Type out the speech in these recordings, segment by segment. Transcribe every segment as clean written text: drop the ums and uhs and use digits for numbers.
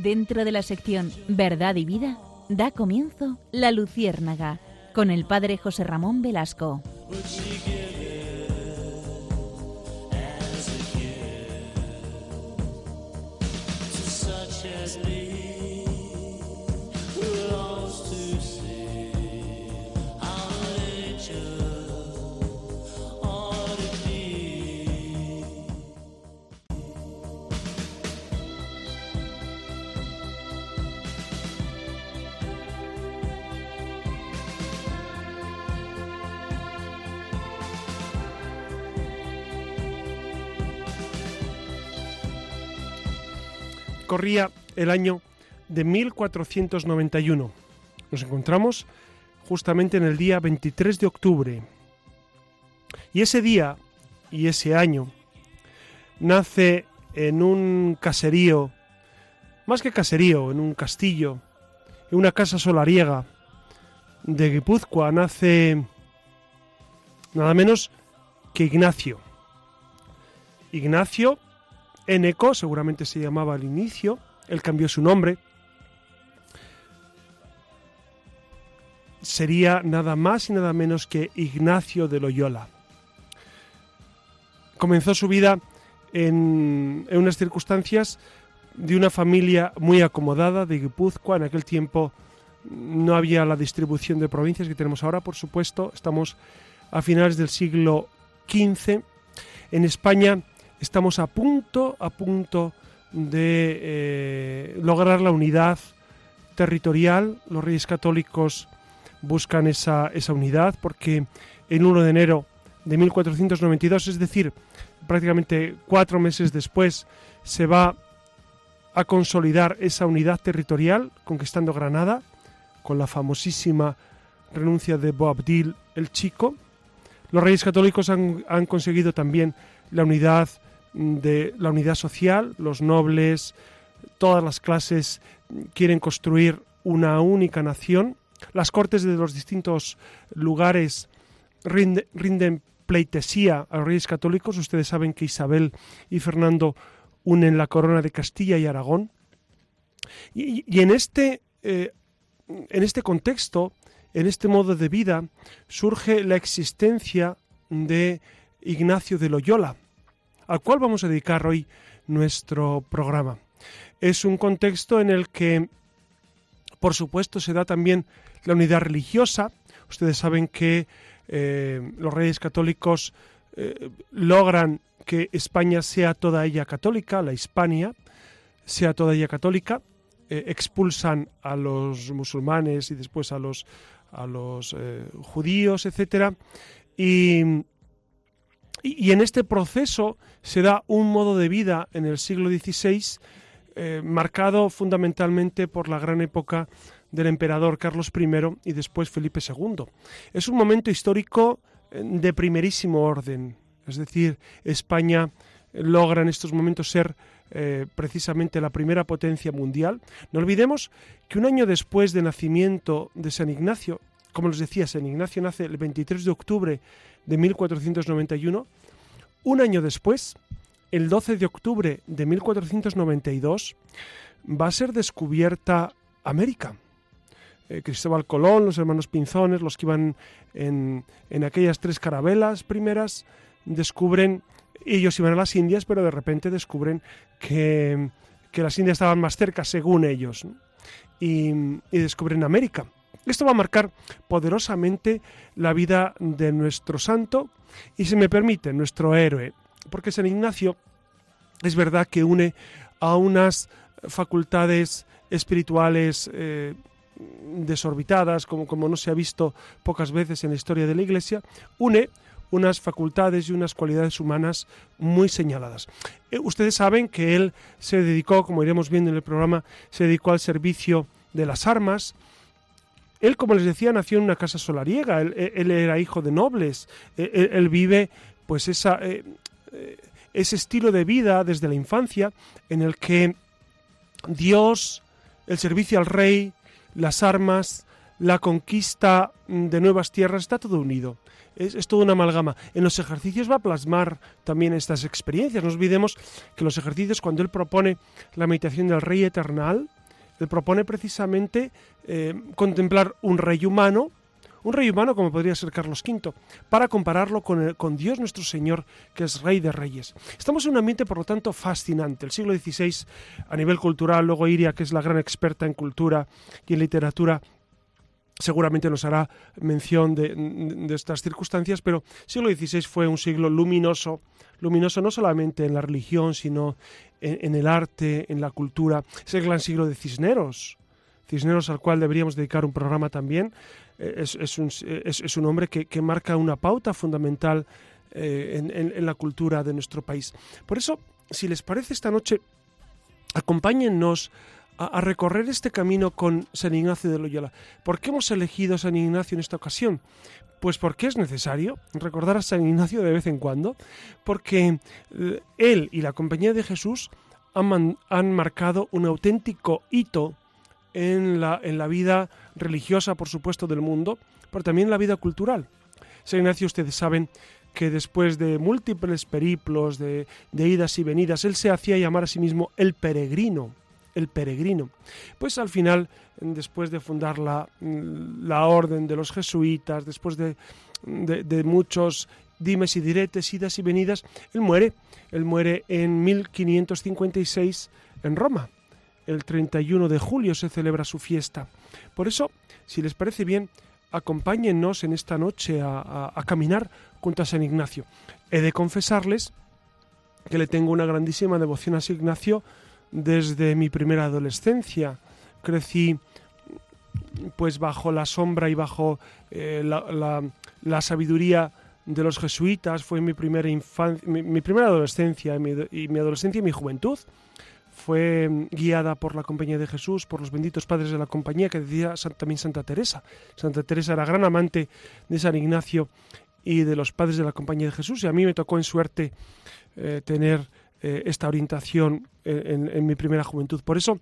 Dentro de la sección Verdad y Vida, da comienzo La Luciérnaga, con el padre José Ramón Velasco. Corría el año de 1491. Nos encontramos justamente en el día 23 de octubre. Y ese día y ese año nace en un caserío, más que caserío, en un castillo, en una casa solariega de Guipúzcoa, nace nada menos que Ignacio. Ignacio Eneco, seguramente se llamaba al inicio, él cambió su nombre. Sería nada más y nada menos que Ignacio de Loyola. Comenzó su vida en unas circunstancias de una familia muy acomodada de Guipúzcoa. En aquel tiempo no había la distribución de provincias que tenemos ahora, por supuesto. Estamos a finales del siglo XV. En España estamos a punto de lograr la unidad territorial. Los Reyes Católicos buscan esa unidad porque el 1 de enero de 1492, es decir, prácticamente 4 meses después, se va a consolidar esa unidad territorial conquistando Granada con la famosísima renuncia de Boabdil el Chico. Los Reyes Católicos han conseguido también la unidad social. Los nobles, todas las clases quieren construir una única nación. Las cortes de los distintos lugares rinden pleitesía a los Reyes Católicos. Ustedes saben que Isabel y Fernando unen la corona de Castilla y Aragón. Y en este contexto, en este modo de vida, surge la existencia de Ignacio de Loyola, al cual vamos a dedicar hoy nuestro programa. Es un contexto en el que, por supuesto, se da también la unidad religiosa. Ustedes saben que los Reyes Católicos logran que España sea toda ella católica, la Hispania sea toda ella católica, expulsan a los musulmanes y después a los judíos, etcétera, y en este proceso se da un modo de vida en el siglo XVI marcado fundamentalmente por la gran época del emperador Carlos I y después Felipe II. Es un momento histórico de primerísimo orden, es decir, España logra en estos momentos ser precisamente la primera potencia mundial. No olvidemos que un año después del nacimiento de San Ignacio, como les decía, San Ignacio nace el 23 de octubre de 1491, un año después, el 12 de octubre de 1492, va a ser descubierta América. Cristóbal Colón, los hermanos Pinzones, los que iban en aquellas 3 carabelas primeras, descubren, ellos iban a las Indias, pero de repente descubren que las Indias estaban más cerca, según ellos, ¿no? y descubren América. Esto va a marcar poderosamente la vida de nuestro santo y, si me permite, nuestro héroe, porque San Ignacio es verdad que une a unas facultades espirituales desorbitadas, como no se ha visto pocas veces en la historia de la Iglesia, une unas facultades y unas cualidades humanas muy señaladas. Ustedes saben que él se dedicó, como iremos viendo en el programa, se dedicó al servicio de las armas. Él, como les decía, nació en una casa solariega, él era hijo de nobles, él vive pues ese estilo de vida desde la infancia en el que Dios, el servicio al rey, las armas, la conquista de nuevas tierras, está todo unido. Es toda una amalgama. En los ejercicios va a plasmar también estas experiencias. No olvidemos que los ejercicios, cuando él propone la meditación del Rey Eternal, Él propone precisamente contemplar un rey humano como podría ser Carlos V, para compararlo con Dios nuestro Señor, que es Rey de Reyes. Estamos en un ambiente, por lo tanto, fascinante. El siglo XVI, a nivel cultural, luego Iria, que es la gran experta en cultura y en literatura, seguramente nos hará mención de estas circunstancias, pero el siglo XVI fue un siglo luminoso no solamente en la religión, sino en el arte, en la cultura. Es el gran siglo de Cisneros al cual deberíamos dedicar un programa también. Es un hombre que marca una pauta fundamental en la cultura de nuestro país. Por eso, si les parece, esta noche acompáñennos a recorrer este camino con San Ignacio de Loyola. ¿Por qué hemos elegido a San Ignacio en esta ocasión? Pues porque es necesario recordar a San Ignacio de vez en cuando, porque él y la Compañía de Jesús han marcado un auténtico hito en la vida religiosa, por supuesto, del mundo, pero también en la vida cultural. San Ignacio, ustedes saben que después de múltiples periplos, de idas y venidas, él se hacía llamar a sí mismo el peregrino. Pues al final, después de fundar la orden de los jesuitas, después de muchos dimes y diretes, idas y venidas, él muere en 1556 en Roma. El 31 de julio se celebra su fiesta. Por eso, si les parece bien, acompáñennos en esta noche a caminar junto a San Ignacio. He de confesarles que le tengo una grandísima devoción a San Ignacio desde mi primera adolescencia. Crecí pues bajo la sombra y bajo la sabiduría de los jesuitas. Fue mi primera adolescencia y mi adolescencia y mi juventud. Fue guiada por la Compañía de Jesús, por los benditos padres de la Compañía, que decía también Santa Teresa. Santa Teresa era gran amante de San Ignacio y de los padres de la Compañía de Jesús, y a mí me tocó en suerte tener esta orientación en mi primera juventud. Por eso,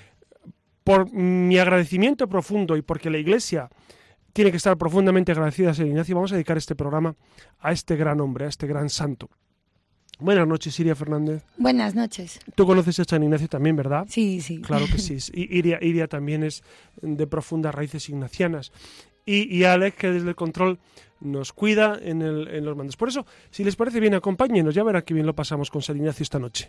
por mi agradecimiento profundo y porque la Iglesia tiene que estar profundamente agradecida a San Ignacio, vamos a dedicar este programa a este gran hombre, a este gran santo. Buenas noches, Iria Fernández. Buenas noches. Tú conoces a San Ignacio también, ¿verdad? Sí, sí. Claro que sí. Iria también es de profundas raíces ignacianas. Y Alex, que desde el control nos cuida en los mandos. Por eso, si les parece bien, acompáñenos. Ya verá qué bien lo pasamos con San Ignacio esta noche.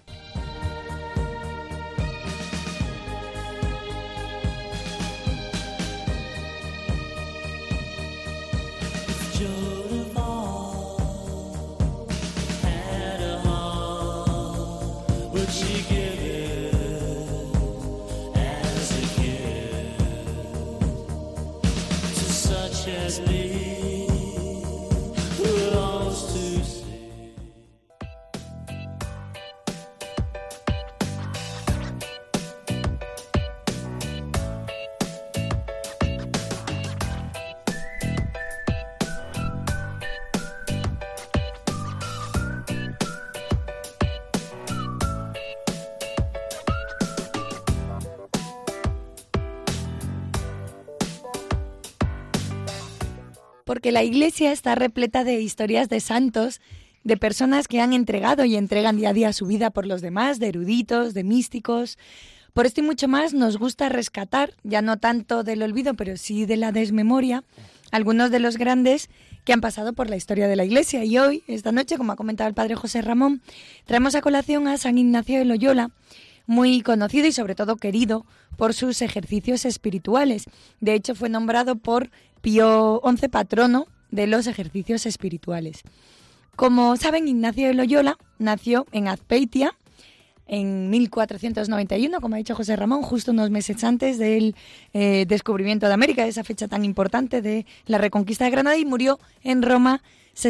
Porque la Iglesia está repleta de historias de santos, de personas que han entregado y entregan día a día su vida por los demás, de eruditos, de místicos. Por esto y mucho más nos gusta rescatar, ya no tanto del olvido, pero sí de la desmemoria, algunos de los grandes que han pasado por la historia de la Iglesia. Y hoy, esta noche, como ha comentado el padre José Ramón, traemos a colación a San Ignacio de Loyola, muy conocido y sobre todo querido por sus ejercicios espirituales. De hecho, fue nombrado por Pío XI patrono de los ejercicios espirituales. Como saben, Ignacio de Loyola nació en Azpeitia en 1491, como ha dicho José Ramón, justo unos meses antes del descubrimiento de América, de esa fecha tan importante de la reconquista de Granada, y murió en Roma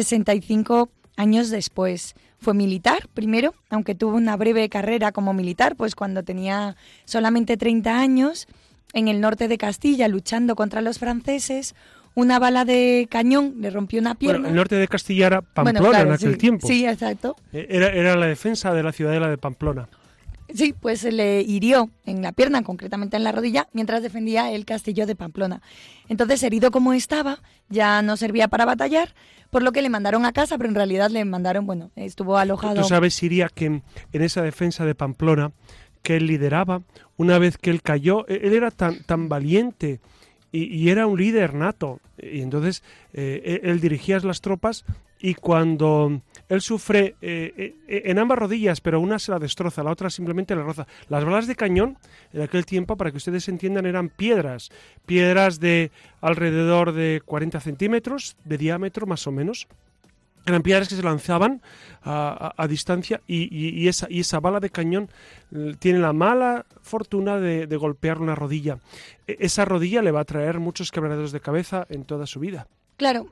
65 años después. Fue militar primero, aunque tuvo una breve carrera como militar, pues cuando tenía solamente 30 años, en el norte de Castilla, luchando contra los franceses, una bala de cañón le rompió una pierna. Bueno, el norte de Castilla era Pamplona, en aquel tiempo. Sí, exacto. Era la defensa de la ciudadela de Pamplona. Sí, pues se le hirió en la pierna, concretamente en la rodilla, mientras defendía el castillo de Pamplona. Entonces, herido como estaba, ya no servía para batallar, por lo que le mandaron a casa, pero en realidad le mandaron, estuvo alojado... Tú sabes, Iria, que en esa defensa de Pamplona, que él lideraba. Una vez que él cayó, él era tan valiente y era un líder nato. Y entonces él dirigía las tropas, y cuando él sufre en ambas rodillas, pero una se la destroza, la otra simplemente la roza. Las balas de cañón en aquel tiempo, para que ustedes entiendan, eran piedras de alrededor de 40 centímetros de diámetro más o menos. Eran piedras que se lanzaban a distancia, y esa bala de cañón tiene la mala fortuna de golpear una rodilla. Esa rodilla le va a traer muchos quebraderos de cabeza en toda su vida. Claro,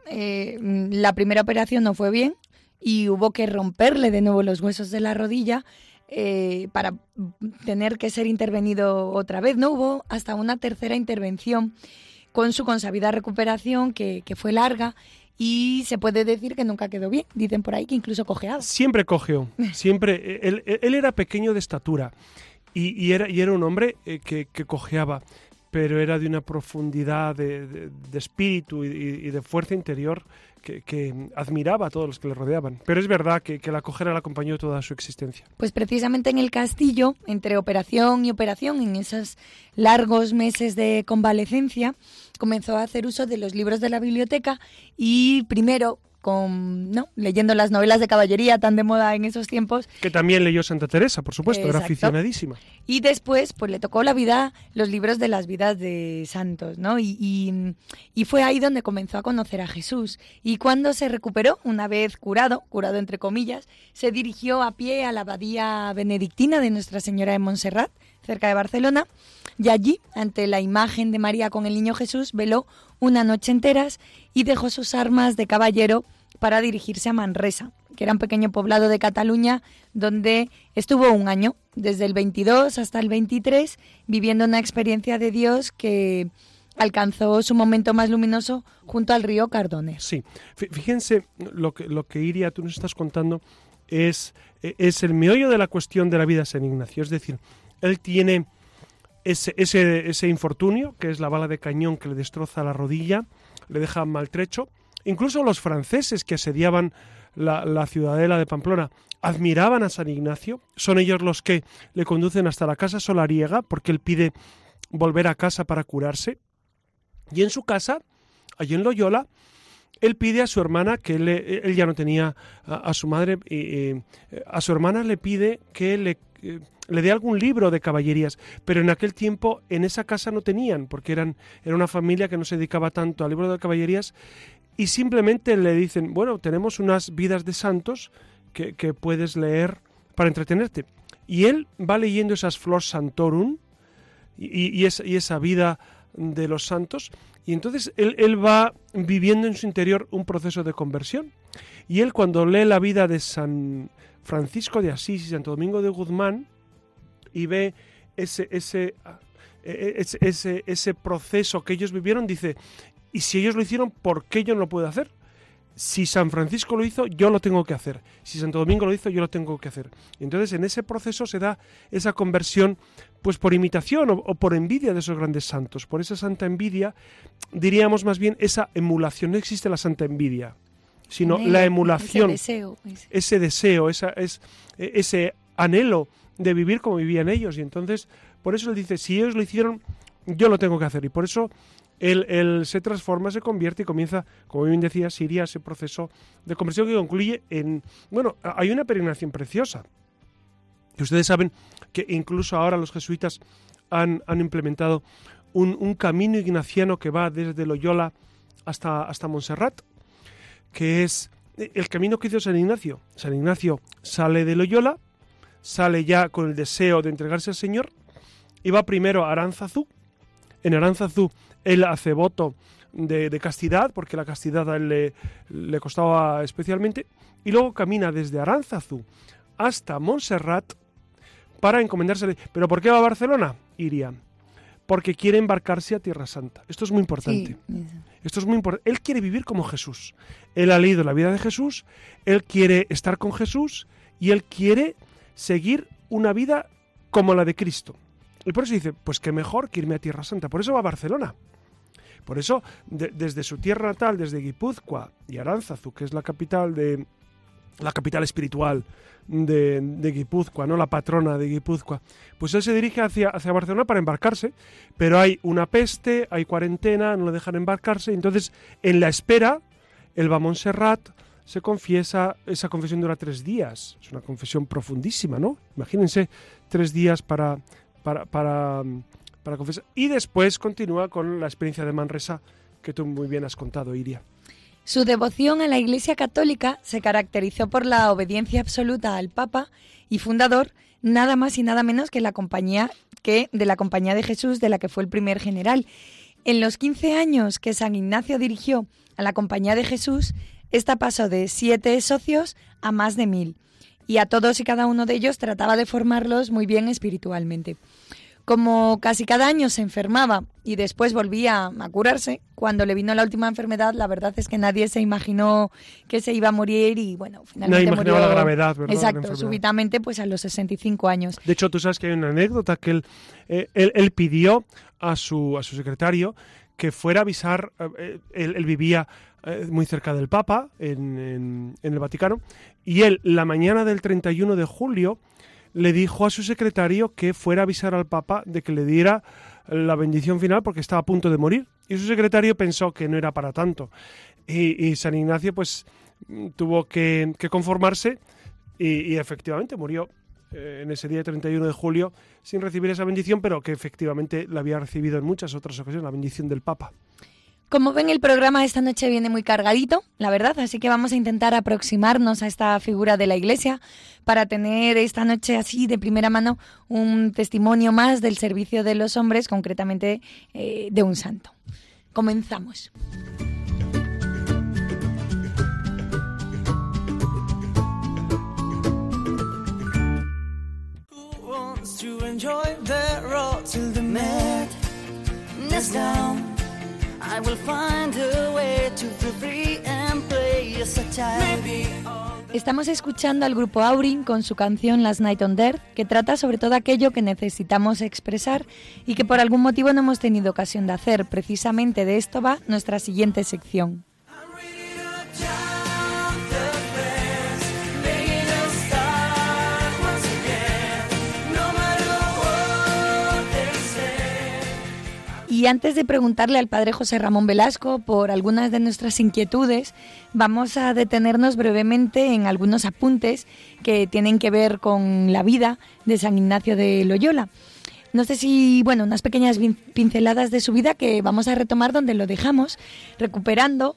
la primera operación no fue bien y hubo que romperle de nuevo los huesos de la rodilla para tener que ser intervenido otra vez. No hubo hasta una tercera intervención con su consabida recuperación que fue larga, y se puede decir que nunca quedó bien. Dicen por ahí que incluso cojeaba. Siempre cojeó, siempre. Él era pequeño de estatura y era un hombre que cojeaba, pero era de una profundidad de espíritu y de fuerza interior que admiraba a todos los que le rodeaban. Pero es verdad que la cojera le acompañó toda su existencia. Pues precisamente en el castillo, entre operación y operación, en esos largos meses de convalecencia, comenzó a hacer uso de los libros de la biblioteca, y primero leyendo las novelas de caballería tan de moda en esos tiempos. Que también leyó Santa Teresa, por supuesto. Exacto. Era aficionadísima. Y después pues le tocó los libros de las vidas de santos, ¿no? Y fue ahí donde comenzó a conocer a Jesús. Y cuando se recuperó, una vez curado entre comillas, se dirigió a pie a la abadía benedictina de Nuestra Señora de Montserrat, cerca de Barcelona, y allí, ante la imagen de María con el niño Jesús, veló una noche enteras y dejó sus armas de caballero para dirigirse a Manresa, que era un pequeño poblado de Cataluña, donde estuvo un año, desde el 22 hasta el 23, viviendo una experiencia de Dios que alcanzó su momento más luminoso junto al río Cardones. Sí, fíjense lo que Iria, tú nos estás contando, es el meollo de la cuestión de la vida de San Ignacio. Es decir, él tiene ese infortunio, que es la bala de cañón que le destroza la rodilla, le deja maltrecho. Incluso los franceses que asediaban la ciudadela de Pamplona admiraban a San Ignacio. Son ellos los que le conducen hasta la casa solariega, porque él pide volver a casa para curarse. Y en su casa, allí en Loyola, él pide a su hermana, que él ya no tenía a su madre, a su hermana le pide que le dé algún libro de caballerías, pero en aquel tiempo en esa casa no tenían, porque era una familia que no se dedicaba tanto al libro de caballerías, y simplemente le dicen, bueno, tenemos unas vidas de santos que puedes leer para entretenerte. Y él va leyendo esas Flor Santorum y esa vida de los santos, y entonces él va viviendo en su interior un proceso de conversión. Y él, cuando lee la vida de San Francisco de Asís y Santo Domingo de Guzmán, y ve ese proceso que ellos vivieron, dice, y si ellos lo hicieron, ¿por qué yo no lo puedo hacer? Si San Francisco lo hizo, yo lo tengo que hacer. Si Santo Domingo lo hizo, yo lo tengo que hacer. Entonces, en ese proceso se da esa conversión, pues por imitación o por envidia de esos grandes santos. Por esa santa envidia, diríamos más bien esa emulación. No existe la santa envidia, sino la emulación. Ese deseo, ese anhelo de vivir como vivían ellos. Y entonces, por eso él dice, si ellos lo hicieron, yo lo tengo que hacer. Y por eso él se transforma, se convierte y comienza, como bien decía Siria, ese proceso de conversión que concluye en... Bueno, hay una peregrinación preciosa. Y ustedes saben que incluso ahora los jesuitas han implementado un camino ignaciano que va desde Loyola hasta Montserrat, que es el camino que hizo San Ignacio. San Ignacio sale de Loyola, sale ya con el deseo de entregarse al Señor, y va primero a Aránzazu. En Aránzazu él hace voto de castidad, porque la castidad a él le costaba especialmente, y luego camina desde Aránzazu hasta Montserrat para encomendarse. ¿Pero por qué va a Barcelona? Iría. Porque quiere embarcarse a Tierra Santa. Esto es muy importante. Sí. Esto es muy importante. Él quiere vivir como Jesús. Él ha leído la vida de Jesús, él quiere estar con Jesús y él quiere seguir una vida como la de Cristo. Y por eso dice, pues qué mejor que irme a Tierra Santa. Por eso va a Barcelona. Por eso, desde su tierra natal, desde Guipúzcoa y Aránzazu, que es la capital de la capital espiritual de Guipúzcoa, ¿no? La patrona de Guipúzcoa. Pues él se dirige hacia Barcelona para embarcarse, pero hay una peste, hay cuarentena, no le dejan embarcarse, entonces en la espera él va a Montserrat, se confiesa, esa confesión dura 3 días, es una confesión profundísima, ¿no? Imagínense 3 días para confesar, y después continúa con la experiencia de Manresa que tú muy bien has contado, Iria. Su devoción a la Iglesia Católica se caracterizó por la obediencia absoluta al Papa y fundador nada más y nada menos que de la Compañía de Jesús, de la que fue el primer general. En los 15 años que San Ignacio dirigió a la Compañía de Jesús, esta pasó de 7 socios a más de 1000, y a todos y cada uno de ellos trataba de formarlos muy bien espiritualmente. Como casi cada año se enfermaba y después volvía a curarse, cuando le vino la última enfermedad, la verdad es que nadie se imaginó que se iba a morir y, bueno, finalmente nadie imaginaba murió. La gravedad, ¿verdad? Exacto, súbitamente, pues a los 65 años. De hecho, tú sabes que hay una anécdota que él pidió a su secretario que fuera a avisar. Él vivía muy cerca del Papa, en el Vaticano, y él, la mañana del 31 de julio, le dijo a su secretario que fuera a avisar al Papa de que le diera la bendición final porque estaba a punto de morir. Y su secretario pensó que no era para tanto. Y San Ignacio pues tuvo que conformarse y efectivamente murió en ese día 31 de julio sin recibir esa bendición, pero que efectivamente la había recibido en muchas otras ocasiones, la bendición del Papa. Como ven, el programa esta noche viene muy cargadito, la verdad, así que vamos a intentar aproximarnos a esta figura de la Iglesia para tener esta noche así de primera mano un testimonio más del servicio de los hombres, concretamente de un santo. Comenzamos. I will find a way to feel free and play as a child. Estamos escuchando al grupo Aurin con su canción Last Night on Earth, que trata sobre todo aquello que necesitamos expresar y que por algún motivo no hemos tenido ocasión de hacer. Precisamente de esto va nuestra siguiente sección. Y antes de preguntarle al padre José Ramón Velasco por algunas de nuestras inquietudes, vamos a detenernos brevemente en algunos apuntes que tienen que ver con la vida de San Ignacio de Loyola. No sé si, bueno, unas pequeñas pinceladas de su vida que vamos a retomar donde lo dejamos, recuperando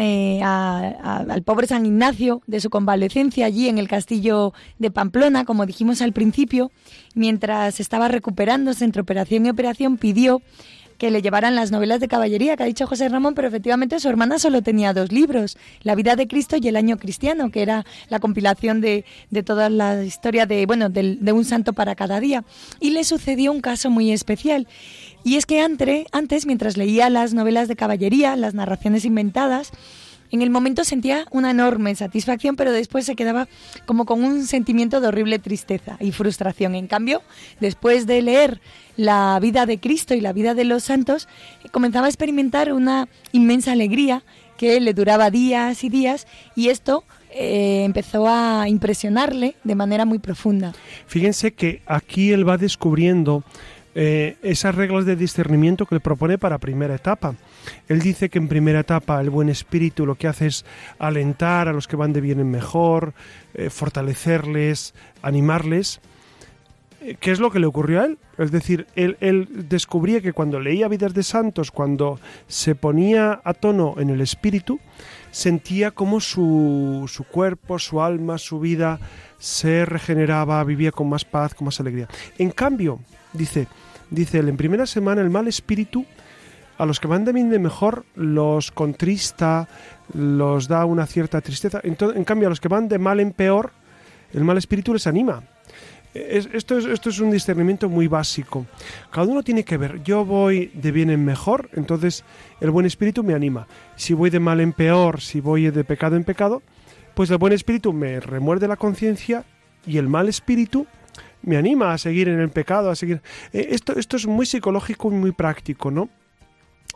al pobre San Ignacio de su convalecencia allí en el castillo de Pamplona, como dijimos al principio. Mientras estaba recuperándose entre operación y operación, pidió que le llevaran las novelas de caballería que ha dicho José Ramón, pero efectivamente su hermana solo tenía 2 libros, La vida de Cristo y El año cristiano, que era la compilación de toda la historia de un santo para cada día. Y le sucedió un caso muy especial, y es que antes, mientras leía las novelas de caballería, las narraciones inventadas, en el momento sentía una enorme satisfacción, pero después se quedaba como con un sentimiento de horrible tristeza y frustración. En cambio, después de leer la vida de Cristo y la vida de los santos, comenzaba a experimentar una inmensa alegría que le duraba días y días, y esto empezó a impresionarle de manera muy profunda. Fíjense que aquí él va descubriendo esas reglas de discernimiento que le propone para primera etapa. Él dice que en primera etapa el buen espíritu lo que hace es alentar a los que van de bien en mejor, fortalecerles, animarles. ¿Qué es lo que le ocurrió a él? Es decir, él descubría que cuando leía vidas de santos, cuando se ponía a tono en el espíritu, sentía como su cuerpo, su alma, su vida se regeneraba, vivía con más paz, con más alegría. En cambio, dice él, en primera semana el mal espíritu a los que van de bien de mejor los contrista, los da una cierta tristeza. En cambio, a los que van de mal en peor, el mal espíritu les anima. Esto es un discernimiento muy básico. Cada uno tiene que ver, yo voy de bien en mejor, entonces el buen espíritu me anima. Si voy de mal en peor, si voy de pecado en pecado, pues el buen espíritu me remuerde la conciencia y el mal espíritu me anima a seguir en el pecado, a seguir. Esto es muy psicológico y muy práctico, ¿no?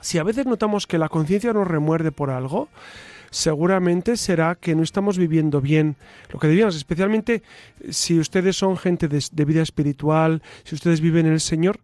Si a veces notamos que la conciencia nos remuerde por algo, seguramente será que no estamos viviendo bien lo que debíamos, especialmente si ustedes son gente de vida espiritual, si ustedes viven en el Señor.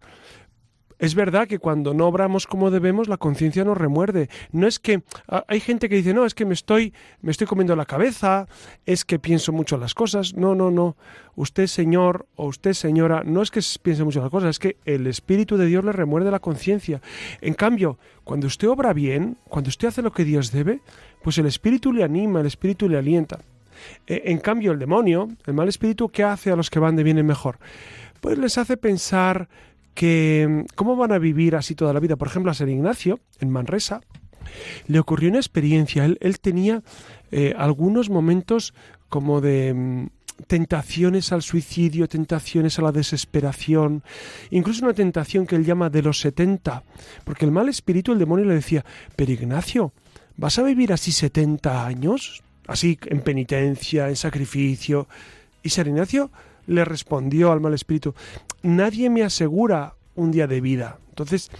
Es verdad que cuando no obramos como debemos, la conciencia nos remuerde. No es que... Hay gente que dice, no, es que me estoy comiendo la cabeza, es que pienso mucho en las cosas. No. Usted, señor, o usted, señora, no es que piense mucho en las cosas, es que el Espíritu de Dios le remuerde la conciencia. En cambio, cuando usted obra bien, cuando usted hace lo que Dios debe, pues el Espíritu le anima, el Espíritu le alienta. En cambio, el demonio, el mal espíritu, ¿qué hace a los que van de bien en mejor? Pues les hace pensar que cómo van a vivir así toda la vida. Por ejemplo, a San Ignacio, en Manresa, le ocurrió una experiencia. Él tenía algunos momentos como de tentaciones al suicidio, tentaciones a la desesperación, incluso una tentación que él llama de los 70, porque el mal espíritu, el demonio, le decía, pero Ignacio, ¿vas a vivir así 70 años? Así en penitencia, en sacrificio. Y San Ignacio le respondió al mal espíritu, nadie me asegura un día de vida, entonces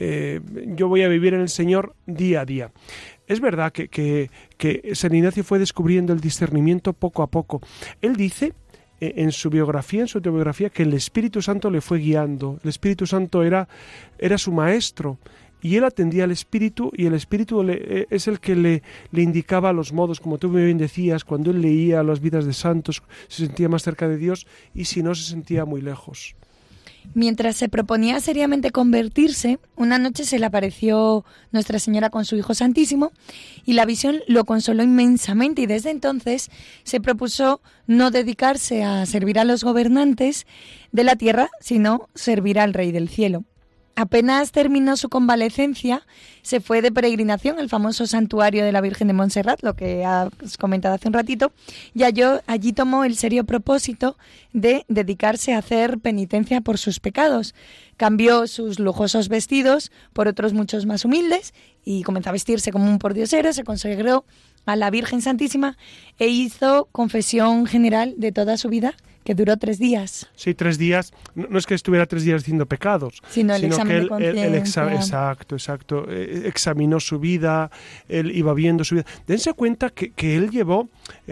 yo voy a vivir en el Señor día a día. Es verdad que San Ignacio fue descubriendo el discernimiento poco a poco. Él dice en su autobiografía, que el Espíritu Santo le fue guiando, el Espíritu Santo era su maestro, y él atendía al Espíritu, y el Espíritu es el que le indicaba los modos, como tú muy bien decías, cuando él leía las vidas de santos, se sentía más cerca de Dios, y si no, se sentía muy lejos. Mientras se proponía seriamente convertirse, una noche se le apareció Nuestra Señora con su Hijo Santísimo, y la visión lo consoló inmensamente, y desde entonces se propuso no dedicarse a servir a los gobernantes de la tierra, sino servir al Rey del Cielo. Apenas terminó su convalecencia, se fue de peregrinación al famoso santuario de la Virgen de Montserrat, lo que has comentado hace un ratito, y allí tomó el serio propósito de dedicarse a hacer penitencia por sus pecados. Cambió sus lujosos vestidos por otros muchos más humildes y comenzó a vestirse como un pordiosero, se consagró a la Virgen Santísima e hizo confesión general de toda su vida, que duró 3 días. Sí, 3 días. No es que estuviera 3 días haciendo pecados, sino el examen de conciencia. Exacto. Examinó su vida, él iba viendo su vida. Dense cuenta que él llevó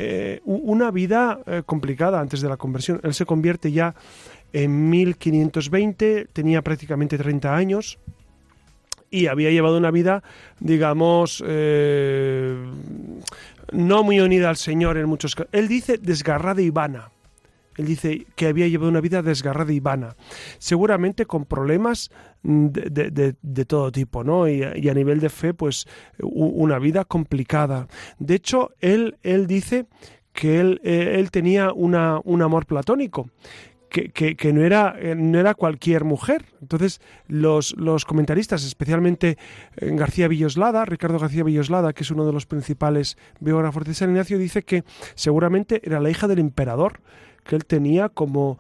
una vida complicada antes de la conversión. Él se convierte ya en 1520, tenía prácticamente 30 años y había llevado una vida, digamos, no muy unida al Señor en muchos casos. Él dice desgarrada y vana. Él dice que había llevado una vida desgarrada y vana, seguramente con problemas de todo tipo, ¿no? Y a nivel de fe, pues una vida complicada. De hecho, él dice que él tenía un amor platónico, que no era cualquier mujer. Entonces, los comentaristas, especialmente Ricardo García Villoslada, que es uno de los principales biógrafos de San Ignacio, dice que seguramente era la hija del emperador, que él tenía como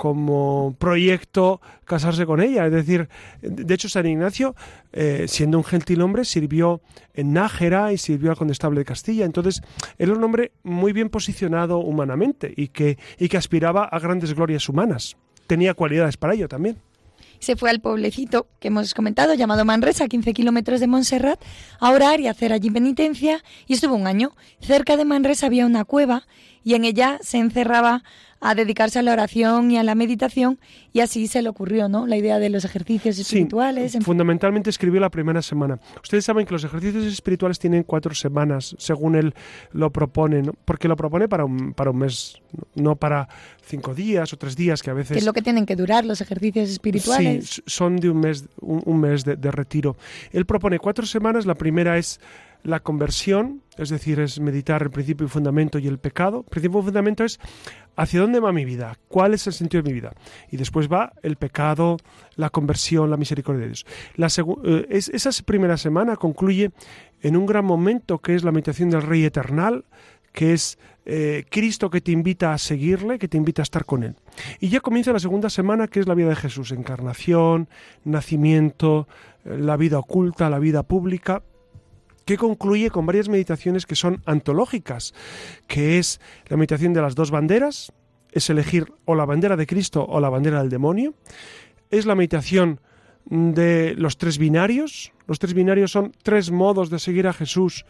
proyecto casarse con ella. Es decir, de hecho, San Ignacio, siendo un gentilhombre, sirvió en Nájera y sirvió al condestable de Castilla. Entonces, era un hombre muy bien posicionado humanamente y que aspiraba a grandes glorias humanas. Tenía cualidades para ello también. Se fue al pueblecito que hemos comentado, llamado Manresa, a 15 kilómetros de Montserrat, a orar y a hacer allí penitencia, y estuvo 1 año. Cerca de Manresa había una cueva y en ella se encerraba a dedicarse a la oración y a la meditación, y así se le ocurrió, ¿no?, la idea de los ejercicios espirituales. Sí, fundamentalmente escribió la primera semana. Ustedes saben que los ejercicios espirituales tienen 4 semanas, según él lo propone, ¿no? Porque lo propone para un mes, no para 5 días o 3 días, que a veces... ¿Qué es lo que tienen que durar los ejercicios espirituales? Sí, son de un mes de retiro. Él propone 4 semanas, la primera es la conversión, es decir, es meditar el principio y fundamento y el pecado. El principio y fundamento es ¿hacia dónde va mi vida? ¿Cuál es el sentido de mi vida? Y después va el pecado, la conversión, la misericordia de Dios. Esa primera semana concluye en un gran momento que es la meditación del Rey Eternal, que es Cristo que te invita a seguirle, que te invita a estar con Él. Y ya comienza la segunda semana, que es la vida de Jesús, encarnación, nacimiento, la vida oculta, la vida pública, que concluye con varias meditaciones que son antológicas, que es la meditación de las 2 banderas, es elegir o la bandera de Cristo o la bandera del demonio, es la meditación de los tres binarios. Los tres binarios son tres modos de seguir a Jesús.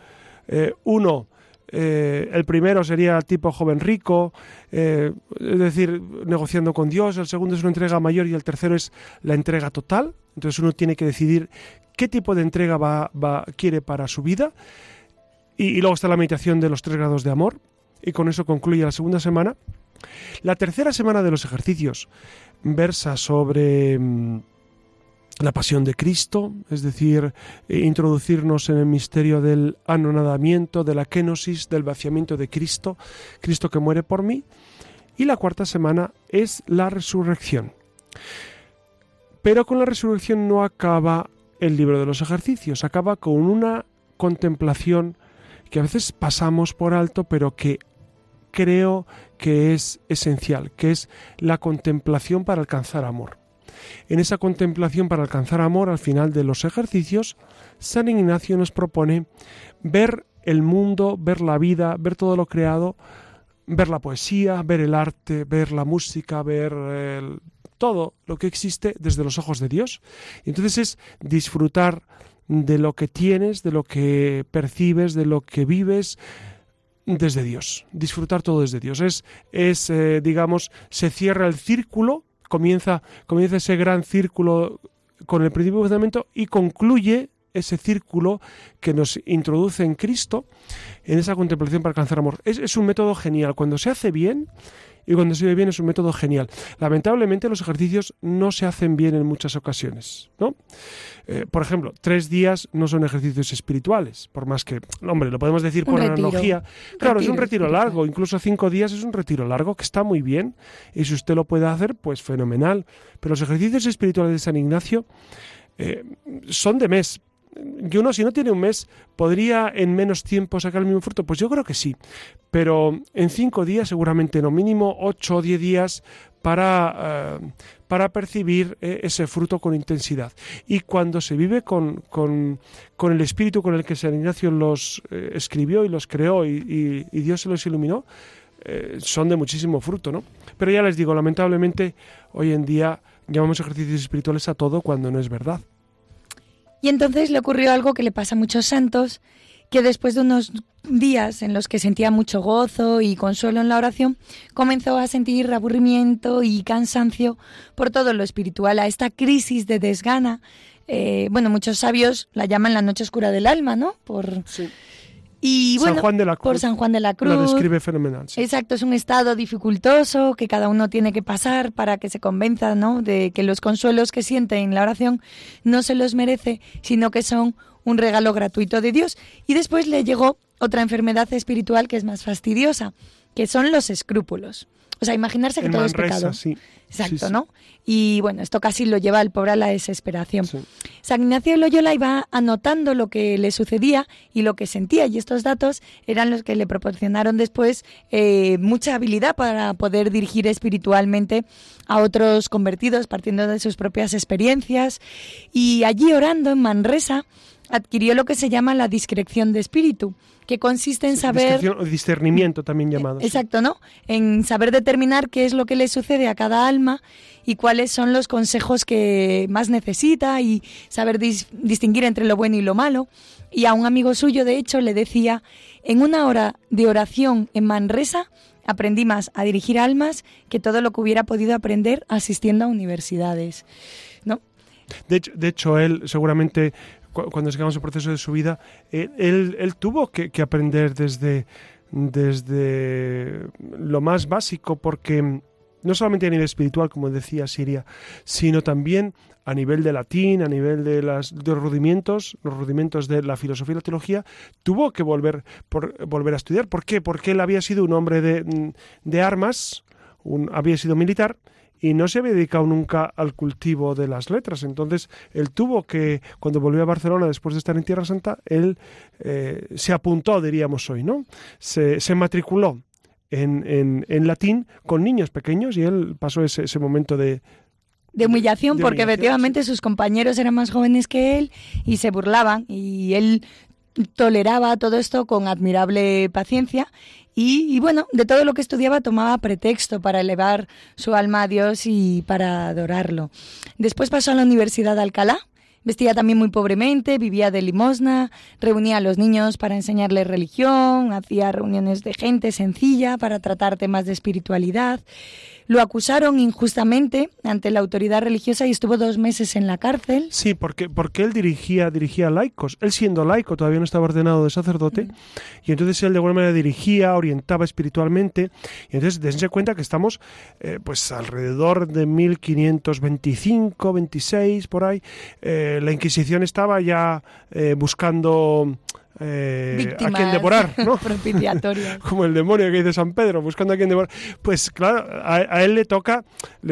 El primero sería el tipo joven rico, es decir, negociando con Dios. El segundo es una entrega mayor y el tercero es la entrega total. Entonces uno tiene que decidir qué tipo de entrega quiere para su vida. Y luego está la meditación de los 3 grados de amor. Y con eso concluye la segunda semana. La tercera semana de los ejercicios versa sobre la pasión de Cristo, es decir, introducirnos en el misterio del anonadamiento, de la kenosis, del vaciamiento de Cristo, Cristo que muere por mí. Y la cuarta semana es la resurrección. Pero con la resurrección no acaba el libro de los ejercicios, acaba con una contemplación que a veces pasamos por alto, pero que creo que es esencial, que es la contemplación para alcanzar amor. En esa contemplación para alcanzar amor, al final de los ejercicios, San Ignacio nos propone ver el mundo, ver la vida, ver todo lo creado, ver la poesía, ver el arte, ver la música, ver todo lo que existe desde los ojos de Dios. Y entonces es disfrutar de lo que tienes, de lo que percibes, de lo que vives desde Dios. Disfrutar todo desde Dios. Digamos, se cierra el círculo, comienza ese gran círculo con el principio del fundamento y concluye ese círculo que nos introduce en Cristo en esa contemplación para alcanzar amor. Es un método genial. Cuando se hace bien y cuando se vive bien es un método genial. Lamentablemente los ejercicios no se hacen bien en muchas ocasiones, ¿no? Por ejemplo, 3 días no son ejercicios espirituales, por más que, hombre, lo podemos decir por analogía. Claro, es un retiro largo, incluso 5 días es un retiro largo que está muy bien y si usted lo puede hacer, pues fenomenal. Pero los ejercicios espirituales de San Ignacio son de mes. Que uno, si no tiene un mes, ¿podría en menos tiempo sacar el mismo fruto? Pues yo creo que sí, pero en 5 días seguramente no, mínimo 8 o 10 días para percibir ese fruto con intensidad. Y cuando se vive con el espíritu con el que San Ignacio los escribió y los creó y Dios se los iluminó, son de muchísimo fruto, ¿no? Pero ya les digo, lamentablemente hoy en día llamamos ejercicios espirituales a todo cuando no es verdad. Y entonces le ocurrió algo que le pasa a muchos santos, que después de unos días en los que sentía mucho gozo y consuelo en la oración, comenzó a sentir aburrimiento y cansancio por todo lo espiritual, a esta crisis de desgana. Muchos sabios la llaman la noche oscura del alma, ¿no? Sí. Y bueno, San Juan de la Cruz, por San Juan de la Cruz. Lo describe fenomenal. Sí. Exacto, es un estado dificultoso que cada uno tiene que pasar para que se convenza, ¿no?, de que los consuelos que siente en la oración no se los merece, sino que son un regalo gratuito de Dios. Y después le llegó otra enfermedad espiritual que es más fastidiosa, que son los escrúpulos. O sea, imaginarse que todo es pecado. Sí. Exacto, Sí. ¿no? Y bueno, esto casi lo lleva al pobre a la desesperación. Sí. San Ignacio de Loyola iba anotando lo que le sucedía y lo que sentía, y estos datos eran los que le proporcionaron después mucha habilidad para poder dirigir espiritualmente a otros convertidos, partiendo de sus propias experiencias. Y allí, orando en Manresa, adquirió lo que se llama la discreción de espíritu, que consiste en saber... Discernimiento también llamado. Exacto, ¿no? En saber determinar qué es lo que le sucede a cada alma y cuáles son los consejos que más necesita y saber distinguir entre lo bueno y lo malo. Y a un amigo suyo, de hecho, le decía, en una hora de oración en Manresa aprendí más a dirigir almas que todo lo que hubiera podido aprender asistiendo a universidades, ¿no? De hecho, él seguramente... Cuando sigamos el proceso de su vida, él tuvo que aprender desde lo más básico, porque no solamente a nivel espiritual, como decía Siria, sino también a nivel de latín, a nivel de los rudimentos de la filosofía y la teología, tuvo que volver a estudiar. ¿Por qué? Porque él había sido un hombre de armas, había sido militar, y no se había dedicado nunca al cultivo de las letras. Entonces, él tuvo que, cuando volvió a Barcelona después de estar en Tierra Santa, él se apuntó, diríamos hoy, ¿no? Se matriculó en latín con niños pequeños y él pasó ese momento de humillación, porque humillación, efectivamente sí. Sus compañeros eran más jóvenes que él y se burlaban, y él toleraba todo esto con admirable paciencia y bueno, de todo lo que estudiaba tomaba pretexto para elevar su alma a Dios y para adorarlo. Después pasó a la Universidad de Alcalá. Vestía también muy pobremente, vivía de limosna, reunía a los niños para enseñarles religión, hacía reuniones de gente sencilla para tratar temas de espiritualidad. Lo acusaron injustamente ante la autoridad religiosa y estuvo 2 meses en la cárcel. Sí, porque él dirigía laicos. Él siendo laico todavía no estaba ordenado de sacerdote y entonces él de alguna manera dirigía, orientaba espiritualmente. Y entonces dense cuenta que estamos pues alrededor de 1525, 26 por ahí. La Inquisición estaba ya buscando a quien devorar, ¿no? Propiciatorias. Como el demonio que dice San Pedro, buscando a quien devorar. Pues claro, a él le toca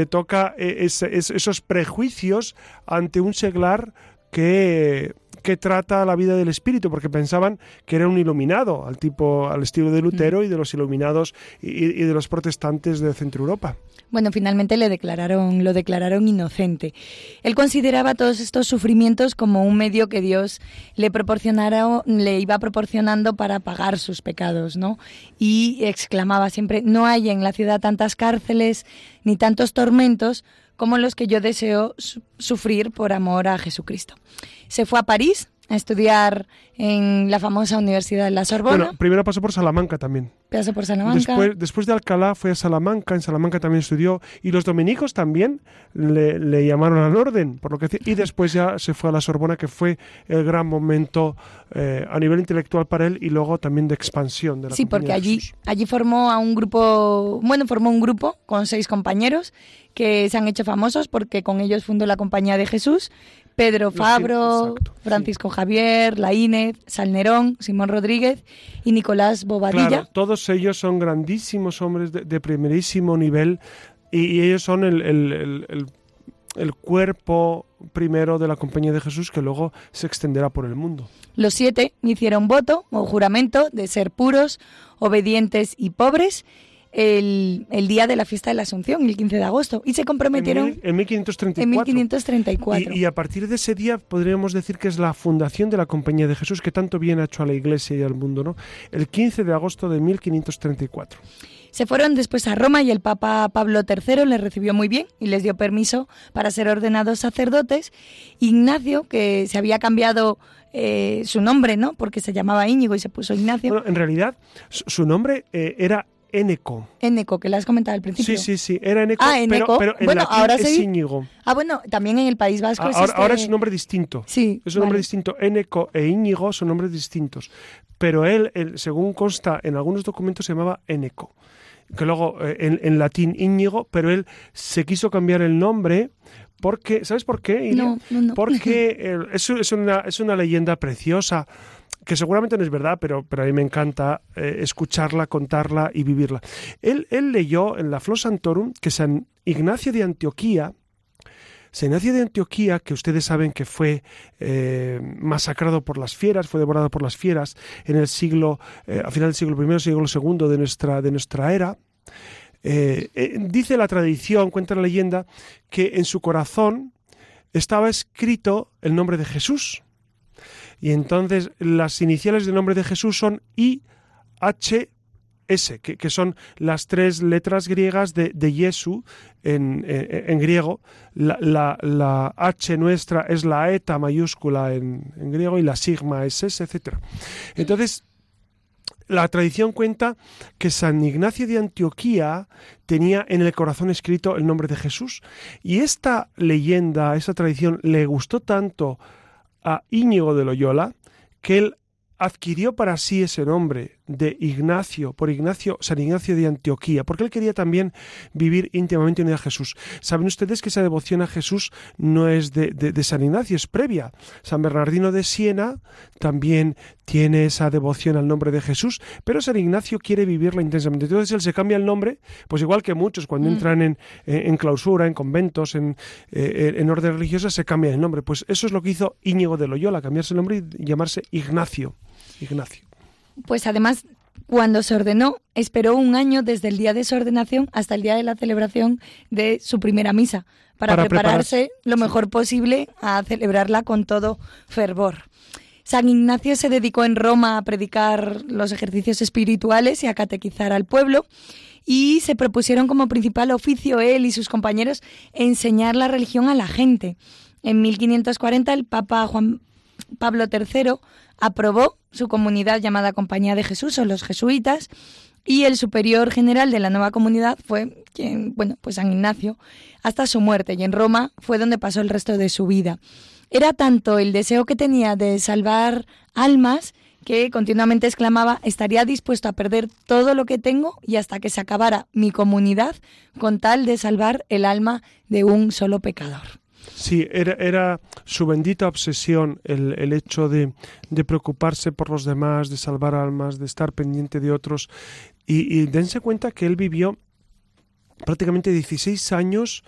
esos prejuicios ante un seglar que trata la vida del espíritu, porque pensaban que era un iluminado, al estilo de Lutero y de los iluminados y de los protestantes de Centro Europa. Bueno, finalmente lo declararon inocente. Él consideraba todos estos sufrimientos como un medio que Dios le iba proporcionando para pagar sus pecados, ¿no? Y exclamaba siempre: no hay en la ciudad tantas cárceles ni tantos tormentos como los que yo deseo sufrir por amor a Jesucristo. Se fue a París a estudiar en la famosa Universidad de la Sorbona. Bueno, primero pasó por Salamanca también. Pasó por Salamanca. Después de Alcalá fue a Salamanca, en Salamanca también estudió, y los dominicos también le llamaron al orden, por lo que y después ya se fue a la Sorbona, que fue el gran momento a nivel intelectual para él y luego también de expansión de la Sí, Compañía porque de Jesús. allí formó un grupo con 6 compañeros que se han hecho famosos porque con ellos fundó la Compañía de Jesús. Pedro Fabro, exacto, Francisco Javier, Laínez, Salnerón, Simón Rodríguez y Nicolás Bobadilla. Claro, todos ellos son grandísimos hombres de primerísimo nivel y ellos son el cuerpo primero de la Compañía de Jesús que luego se extenderá por el mundo. Los 7 hicieron voto o juramento de ser puros, obedientes y pobres el día de la fiesta de la Asunción, el 15 de agosto, y se comprometieron en 1534. En 1534. Y a partir de ese día podríamos decir que es la fundación de la Compañía de Jesús, que tanto bien ha hecho a la Iglesia y al mundo, ¿no? El 15 de agosto de 1534. Se fueron después a Roma y el Papa Pablo III les recibió muy bien y les dio permiso para ser ordenados sacerdotes. Ignacio, que se había cambiado su nombre, ¿no? Porque se llamaba Íñigo y se puso Ignacio. Bueno, en realidad su nombre era Éneco. Éneco, que lo has comentado al principio. Sí, era Éneco, Éneco. pero en bueno, latín ahora es Íñigo. Bueno, también en el País Vasco ahora es un nombre distinto. Sí, es un nombre distinto. Éneco e Íñigo son nombres distintos. Pero él, según consta en algunos documentos, se llamaba Éneco. Que luego en latín Íñigo, pero él se quiso cambiar el nombre porque, ¿sabes por qué? No. Porque es una leyenda preciosa que seguramente no es verdad, pero a mí me encanta escucharla, contarla y vivirla. Él leyó en la Flos Sanctorum que San Ignacio de Antioquía, que ustedes saben que fue masacrado por las fieras, fue devorado por las fieras en el siglo, a final del siglo I, siglo II de nuestra era. Dice la tradición, cuenta la leyenda, que en su corazón estaba escrito el nombre de Jesús. Y entonces las iniciales del nombre de Jesús son IHS, que son las 3 letras griegas de Jesús en griego. La H nuestra es la eta mayúscula en griego y la sigma es S, etc. Entonces, la tradición cuenta que San Ignacio de Antioquía tenía en el corazón escrito el nombre de Jesús. Y esta leyenda, esa tradición, le gustó tanto a Íñigo de Loyola que él adquirió para sí ese nombre de Ignacio, San Ignacio de Antioquía, porque él quería también vivir íntimamente unido a Jesús. Saben ustedes que esa devoción a Jesús no es de San Ignacio, es previa. San Bernardino de Siena también tiene esa devoción al nombre de Jesús, pero San Ignacio quiere vivirla intensamente. Entonces él se cambia el nombre, pues igual que muchos cuando entran en clausura, en conventos, en orden religiosa, se cambia el nombre. Pues eso es lo que hizo Íñigo de Loyola, cambiarse el nombre y llamarse Ignacio. Pues además, cuando se ordenó, esperó 1 año desde el día de su ordenación hasta el día de la celebración de su primera misa, para prepararse lo mejor posible a celebrarla con todo fervor. San Ignacio se dedicó en Roma a predicar los ejercicios espirituales y a catequizar al pueblo, y se propusieron como principal oficio él y sus compañeros enseñar la religión a la gente. En 1540 el Papa Juan Pablo III aprobó su comunidad llamada Compañía de Jesús o los jesuitas, y el superior general de la nueva comunidad fue pues San Ignacio, hasta su muerte, y en Roma fue donde pasó el resto de su vida. Era tanto el deseo que tenía de salvar almas que continuamente exclamaba: estaría dispuesto a perder todo lo que tengo y hasta que se acabara mi comunidad con tal de salvar el alma de un solo pecador. Sí, era su bendita obsesión el hecho de preocuparse por los demás, de salvar almas, de estar pendiente de otros. Y dense cuenta que él vivió prácticamente 16 años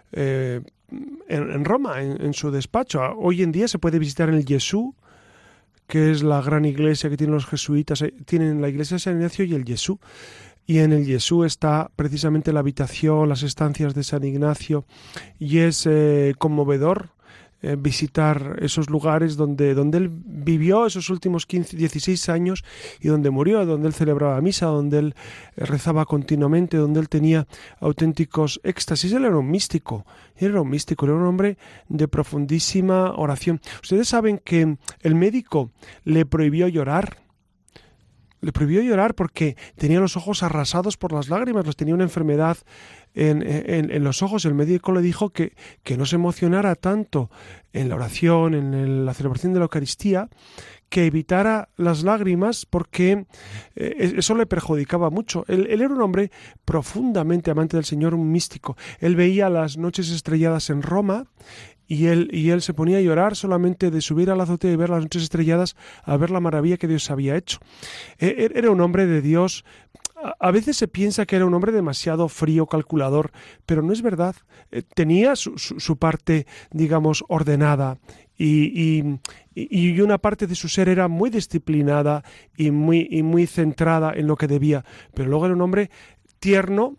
en Roma, en su despacho. Hoy en día se puede visitar en el Gesù, que es la gran iglesia que tienen los jesuitas. Tienen la iglesia de San Ignacio y el Gesù. Y en el Gesù está precisamente la habitación, las estancias de San Ignacio, y es conmovedor visitar esos lugares donde él vivió esos últimos 16 años y donde murió, donde él celebraba misa, donde él rezaba continuamente, donde él tenía auténticos éxtasis. Él era un místico, era un hombre de profundísima oración. Ustedes saben que el médico le prohibió llorar. Le prohibió llorar porque tenía los ojos arrasados por las lágrimas, tenía una enfermedad en los ojos. El médico le dijo que no se emocionara tanto en la oración, en la celebración de la Eucaristía, que evitara las lágrimas porque eso le perjudicaba mucho. Él era un hombre profundamente amante del Señor, un místico. Él veía las noches estrelladas en Roma y él se ponía a llorar solamente de subir a la azotea y ver las noches estrelladas, a ver la maravilla que Dios había hecho. Era un hombre de Dios. A veces se piensa que era un hombre demasiado frío, calculador, pero no es verdad. Tenía su parte, digamos, ordenada, y una parte de su ser era muy disciplinada y muy centrada en lo que debía. Pero luego era un hombre tierno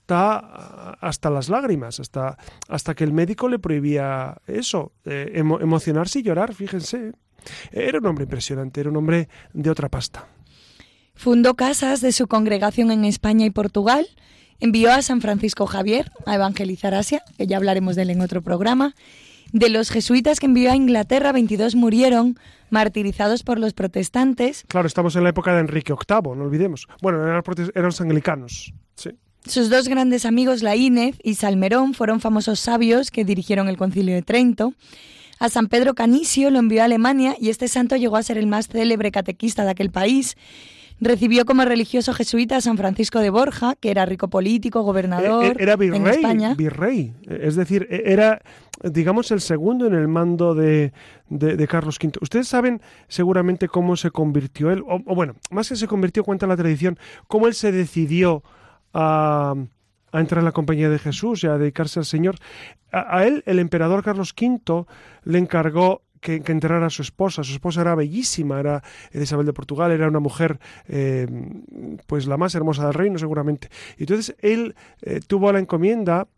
hasta las lágrimas, hasta que el médico le prohibía eso, emocionarse y llorar, fíjense. Era un hombre impresionante, era un hombre de otra pasta. Fundó casas de su congregación en España y Portugal, envió a San Francisco Javier a evangelizar Asia, que ya hablaremos de él en otro programa. De los jesuitas que envió a Inglaterra, 22 murieron martirizados por los protestantes. Claro, estamos en la época de Enrique VIII, no olvidemos. Bueno, eran los anglicanos, sí. Sus dos grandes amigos, Laínez y Salmerón, fueron famosos sabios que dirigieron el Concilio de Trento. A San Pedro Canisio lo envió a Alemania y este santo llegó a ser el más célebre catequista de aquel país. Recibió como religioso jesuita a San Francisco de Borja, que era rico político, gobernador en España. Virrey, es decir, era, digamos, el segundo en el mando de Carlos V. Ustedes saben seguramente cómo se convirtió él, o bueno, más que se convirtió, cuenta la tradición, cómo él se decidió a entrar en la Compañía de Jesús y a dedicarse al Señor. A él, el emperador Carlos V, le encargó que enterrara a su esposa. Su esposa era bellísima, era Isabel de Portugal, era una mujer pues la más hermosa del reino seguramente. Y entonces él tuvo la encomienda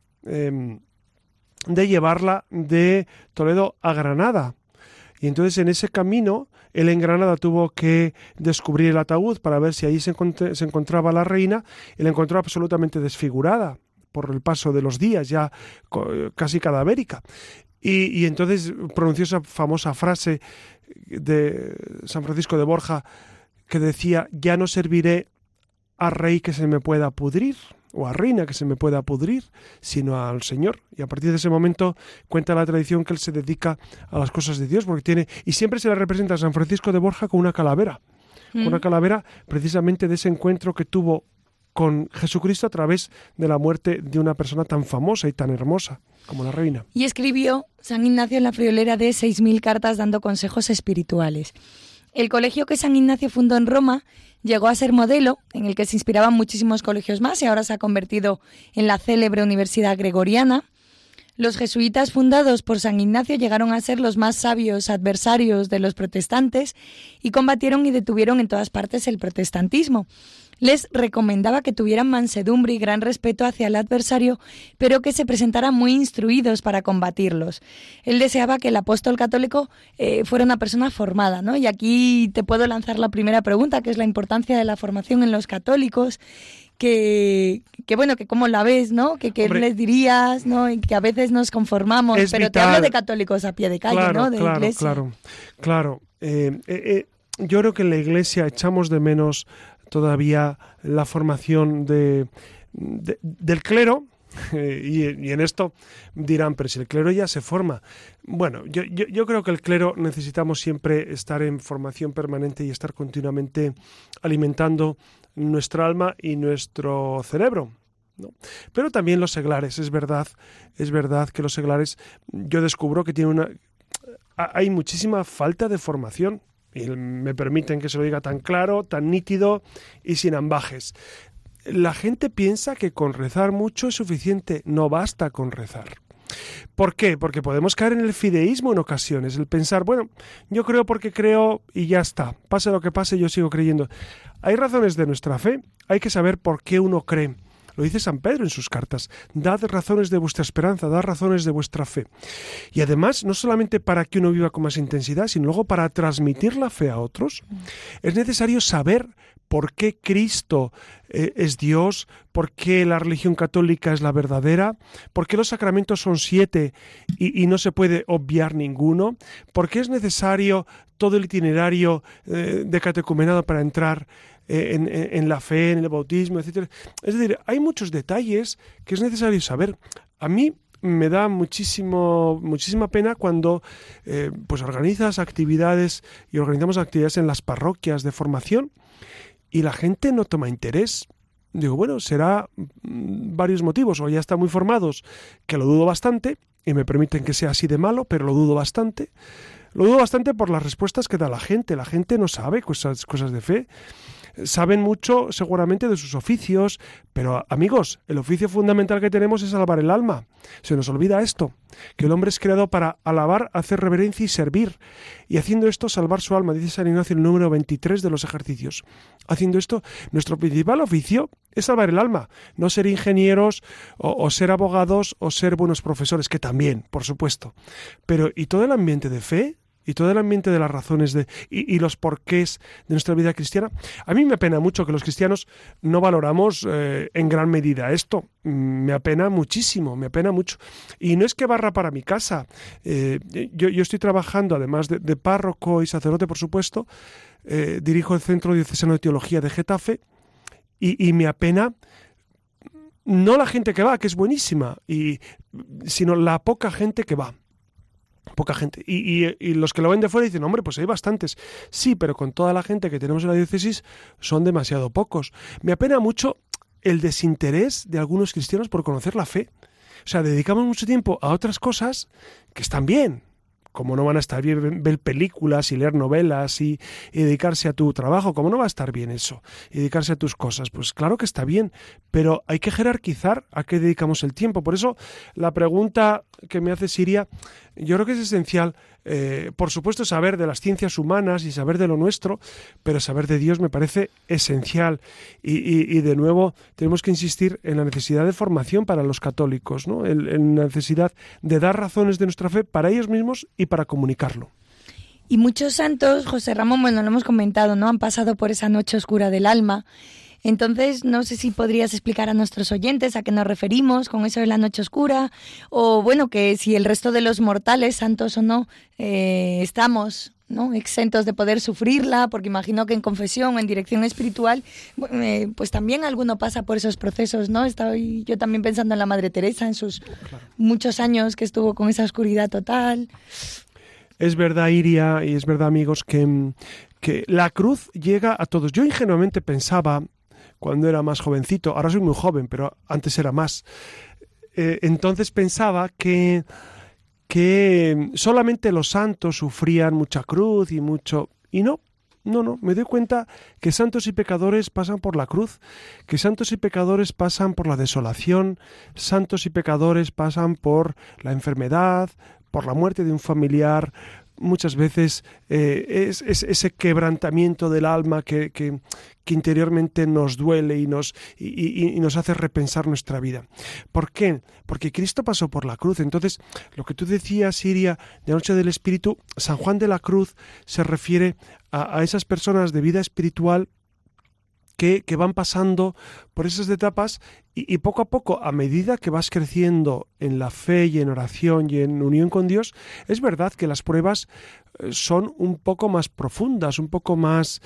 de llevarla de Toledo a Granada. Y entonces en ese camino, él en Granada tuvo que descubrir el ataúd para ver si ahí se encontraba la reina, y la encontró absolutamente desfigurada por el paso de los días, ya casi cadavérica. Y entonces pronunció esa famosa frase de San Francisco de Borja que decía: ya no serviré a rey que se me pueda pudrir, o a reina que se me pueda pudrir, sino al Señor. Y a partir de ese momento cuenta la tradición que él se dedica a las cosas de Dios, y siempre se le representa a San Francisco de Borja con una calavera, con una calavera precisamente de ese encuentro que tuvo con Jesucristo a través de la muerte de una persona tan famosa y tan hermosa como la reina. Y escribió San Ignacio en la friolera de 6.000 cartas dando consejos espirituales. El colegio que San Ignacio fundó en Roma llegó a ser modelo, en el que se inspiraban muchísimos colegios más, y ahora se ha convertido en la célebre Universidad Gregoriana. Los jesuitas fundados por San Ignacio llegaron a ser los más sabios adversarios de los protestantes y combatieron y detuvieron en todas partes el protestantismo. les recomendaba que tuvieran mansedumbre y gran respeto hacia el adversario, pero que se presentaran muy instruidos para combatirlos. Él deseaba que el apóstol católico fuera una persona formada, ¿no? Y aquí te puedo lanzar la primera pregunta, que es la importancia de la formación en los católicos, que bueno, que cómo la ves, ¿no? Que Hombre, les dirías, ¿no? Y que a veces nos conformamos, pero vital. te hablo de católicos a pie de calle, Claro, ¿no? De iglesia. Claro. Yo creo que en la Iglesia echamos de menos todavía la formación del clero. Y en esto dirán, pero si el clero ya se forma. Bueno, yo creo que el clero necesitamos siempre estar en formación permanente y estar continuamente alimentando nuestra alma y nuestro cerebro, ¿no? Pero también los seglares, es verdad que los seglares, yo descubro que hay muchísima falta de formación, y me permiten que se lo diga tan claro, tan nítido y sin ambajes. La gente piensa que con rezar mucho es suficiente, no basta con rezar. ¿Por qué? Porque podemos caer en el fideísmo en ocasiones, el pensar, bueno, yo creo porque creo y ya está, pase lo que pase, yo sigo creyendo. Hay razones de nuestra fe, hay que saber por qué uno cree. Lo dice San Pedro en sus cartas, dad razones de vuestra esperanza, dad razones de vuestra fe. Y además, no solamente para que uno viva con más intensidad, sino luego para transmitir la fe a otros, es necesario saber por qué Cristo es Dios, por qué la religión católica es la verdadera, por qué los sacramentos son 7 y no se puede obviar ninguno, por qué es necesario todo el itinerario de catecumenado para entrar en la fe, en el bautismo, etc. Es decir, hay muchos detalles que es necesario saber. A mí me da muchísima pena cuando pues organizamos actividades en las parroquias de formación y la gente no toma interés. Digo, bueno, será varios motivos, o ya están muy formados, que lo dudo bastante, y me permiten que sea así de malo, pero lo dudo bastante. Lo dudo bastante por las respuestas que da la gente. La gente no sabe cosas de fe. Saben mucho seguramente de sus oficios, pero amigos, el oficio fundamental que tenemos es salvar el alma. Se nos olvida esto, que el hombre es creado para alabar, hacer reverencia y servir, y haciendo esto salvar su alma, dice San Ignacio en el número 23 de los ejercicios. Haciendo esto, nuestro principal oficio es salvar el alma, no ser ingenieros o ser abogados o ser buenos profesores, que también, por supuesto. Pero ¿y todo el ambiente de fe? Y todo el ambiente de las razones y los porqués de nuestra vida cristiana. A mí me apena mucho que los cristianos no valoramos en gran medida esto. Me apena muchísimo, me apena mucho. Y no es que barra para mi casa. Yo estoy trabajando, además de párroco y sacerdote, por supuesto, dirijo el Centro Diocesano de Teología de Getafe, y me apena no la gente que va, que es buenísima, sino la poca gente que va. Poca gente. Y los que lo ven de fuera dicen, hombre, pues hay bastantes. Sí, pero con toda la gente que tenemos en la diócesis son demasiado pocos. Me apena mucho el desinterés de algunos cristianos por conocer la fe. O sea, dedicamos mucho tiempo a otras cosas que están bien. Como no van a estar bien ver películas y leer novelas y dedicarse a tu trabajo, ¿cómo no va a estar bien eso? Y dedicarse a tus cosas, pues claro que está bien, pero hay que jerarquizar a qué dedicamos el tiempo. Por eso la pregunta que me hace Siria, yo creo que es esencial, por supuesto, saber de las ciencias humanas y saber de lo nuestro, pero saber de Dios me parece esencial. Y de nuevo tenemos que insistir en la necesidad de formación para los católicos, ¿no? En la necesidad de dar razones de nuestra fe para ellos mismos y para comunicarlo. Y muchos santos, José Ramón, bueno, lo hemos comentado, ¿no? Han pasado por esa noche oscura del alma. Entonces, no sé si podrías explicar a nuestros oyentes a qué nos referimos con eso de la noche oscura, o bueno, que si el resto de los mortales, santos o no, estamos, ¿no?, exentos de poder sufrirla, porque imagino que en confesión o en dirección espiritual, pues también alguno pasa por esos procesos, ¿no? Estoy yo también pensando en la Madre Teresa, en sus muchos años que estuvo con esa oscuridad total. Es verdad, Iria, y es verdad, amigos, que la cruz llega a todos. Yo ingenuamente pensaba, cuando era más jovencito, ahora soy muy joven, pero antes era más, entonces pensaba que solamente los santos sufrían mucha cruz y mucho... Y no, me doy cuenta que santos y pecadores pasan por la cruz, que santos y pecadores pasan por la desolación, santos y pecadores pasan por la enfermedad, por la muerte de un familiar, muchas veces es ese quebrantamiento del alma que interiormente nos duele y nos hace repensar nuestra vida. ¿Por qué? Porque Cristo pasó por la cruz. Entonces, lo que tú decías, Siria, de Noche del Espíritu, San Juan de la Cruz se refiere a esas personas de vida espiritual que van pasando por esas etapas y poco a poco, a medida que vas creciendo en la fe y en oración y en unión con Dios, es verdad que las pruebas son un poco más profundas, un poco más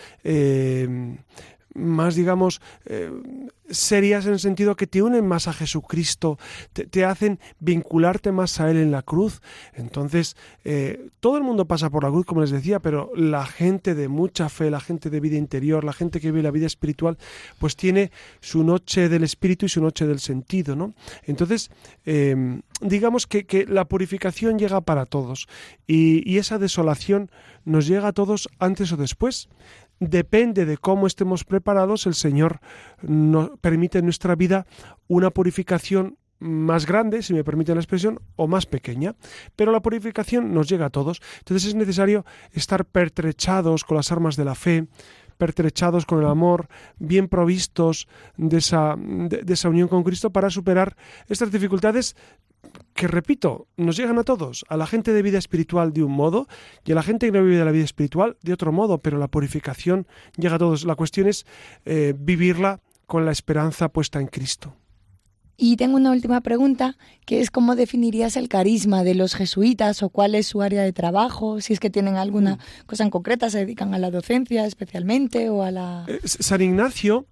digamos, serias en el sentido que te unen más a Jesucristo, te hacen vincularte más a Él en la cruz. Entonces, todo el mundo pasa por la cruz, como les decía, pero la gente de mucha fe, la gente de vida interior, la gente que vive la vida espiritual, pues tiene su noche del espíritu y su noche del sentido, ¿no? Entonces, digamos que la purificación llega para todos y esa desolación nos llega a todos antes o después. Depende de cómo estemos preparados, el Señor nos permite en nuestra vida una purificación más grande, si me permite la expresión, o más pequeña, pero la purificación nos llega a todos. Entonces es necesario estar pertrechados con las armas de la fe, pertrechados con el amor, bien provistos de esa unión con Cristo para superar estas dificultades que, repito, nos llegan a todos, a la gente de vida espiritual de un modo y a la gente que no vive de la vida espiritual de otro modo, pero la purificación llega a todos. La cuestión es vivirla con la esperanza puesta en Cristo. Y tengo una última pregunta, que es ¿cómo definirías el carisma de los jesuitas o cuál es su área de trabajo? Si es que tienen alguna cosa en concreta, se dedican a la docencia especialmente o a la... San Ignacio,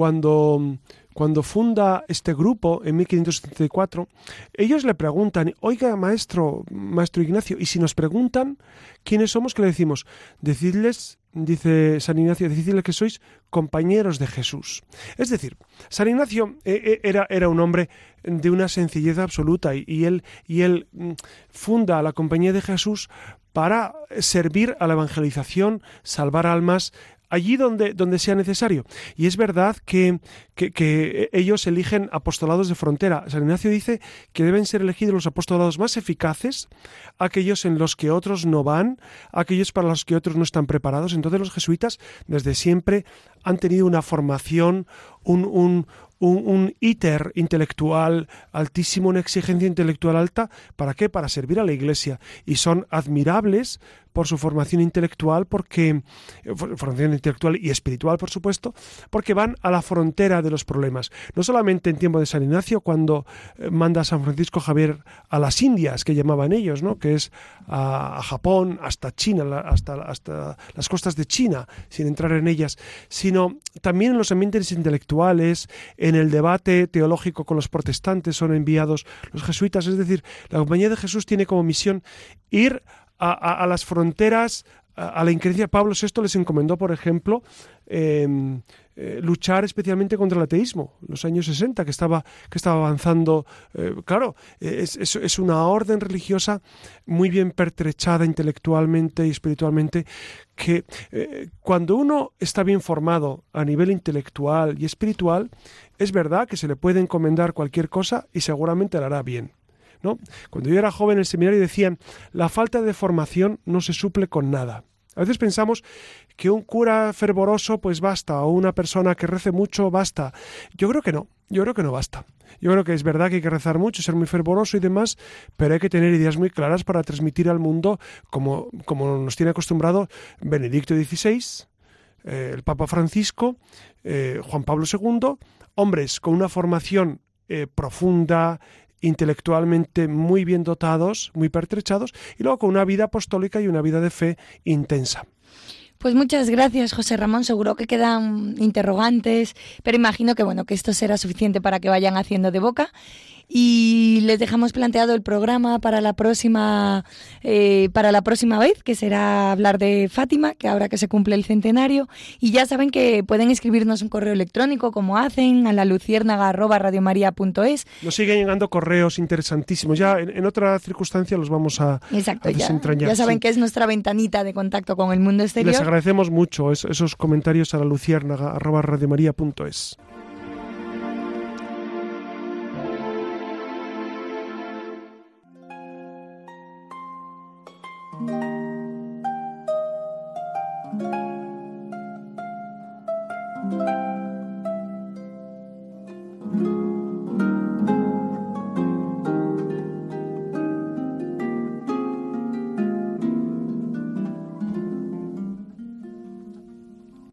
cuando funda este grupo en 1574, ellos le preguntan, oiga, maestro Ignacio, y si nos preguntan quiénes somos, ¿qué le decimos? Decidles, dice San Ignacio, decidles que sois compañeros de Jesús. Es decir, San Ignacio era un hombre de una sencillez absoluta y él funda la Compañía de Jesús para servir a la evangelización, salvar almas, allí donde sea necesario. Y es verdad que ellos eligen apostolados de frontera. San Ignacio dice que deben ser elegidos los apostolados más eficaces, aquellos en los que otros no van, aquellos para los que otros no están preparados. Entonces los jesuitas desde siempre han tenido una formación, un íter intelectual altísimo, una exigencia intelectual alta. ¿Para qué? Para servir a la Iglesia. Y son admirables por su formación intelectual, formación intelectual y espiritual, por supuesto, porque van a la frontera de los problemas. No solamente en tiempo de San Ignacio, cuando manda a San Francisco Javier a las Indias, que llamaban ellos, ¿no? Que es a Japón, hasta China, hasta las costas de China, sin entrar en ellas, sino también en los ambientes intelectuales, en el debate teológico con los protestantes son enviados los jesuitas. Es decir, la Compañía de Jesús tiene como misión ir a las fronteras, a la increencia. Pablo VI les encomendó, por ejemplo, luchar especialmente contra el ateísmo, en los años 60, que estaba avanzando. Es una orden religiosa muy bien pertrechada intelectualmente y espiritualmente, que cuando uno está bien formado a nivel intelectual y espiritual, es verdad que se le puede encomendar cualquier cosa y seguramente la hará bien, ¿no? Cuando yo era joven en el seminario decían, la falta de formación no se suple con nada. A veces pensamos que un cura fervoroso pues basta, o una persona que rece mucho basta. Yo creo que no basta. Yo creo que es verdad que hay que rezar mucho, ser muy fervoroso y demás, pero hay que tener ideas muy claras para transmitir al mundo, como nos tiene acostumbrado Benedicto XVI, el Papa Francisco, Juan Pablo II, hombres con una formación profunda, intelectualmente muy bien dotados, muy pertrechados, y luego con una vida apostólica y una vida de fe intensa. Pues muchas gracias, José Ramón. Seguro que quedan interrogantes, pero imagino que que esto será suficiente para que vayan haciendo de boca. Y les dejamos planteado el programa para la próxima vez, que será hablar de Fátima, que ahora que se cumple el centenario. Y ya saben que pueden escribirnos un correo electrónico, como hacen, a laluciérnaga@radiomaria.es. Nos siguen llegando correos interesantísimos. Ya en otra circunstancia los vamos a desentrañar. Ya saben que es nuestra ventanita de contacto con el mundo exterior. Les agradecemos mucho esos comentarios a laluciérnaga@radiomaria.es.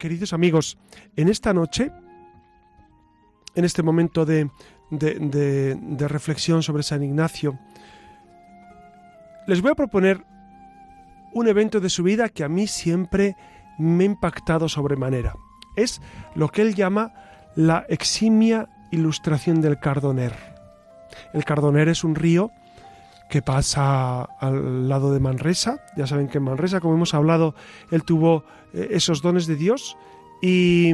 queridos amigos, en esta noche, en este momento de reflexión sobre San Ignacio, les voy a proponer un evento de su vida que a mí siempre me ha impactado sobremanera. Es lo que él llama la eximia ilustración del Cardoner. El Cardoner es un río que pasa al lado de Manresa. Ya saben que en Manresa, como hemos hablado, él tuvo esos dones de Dios y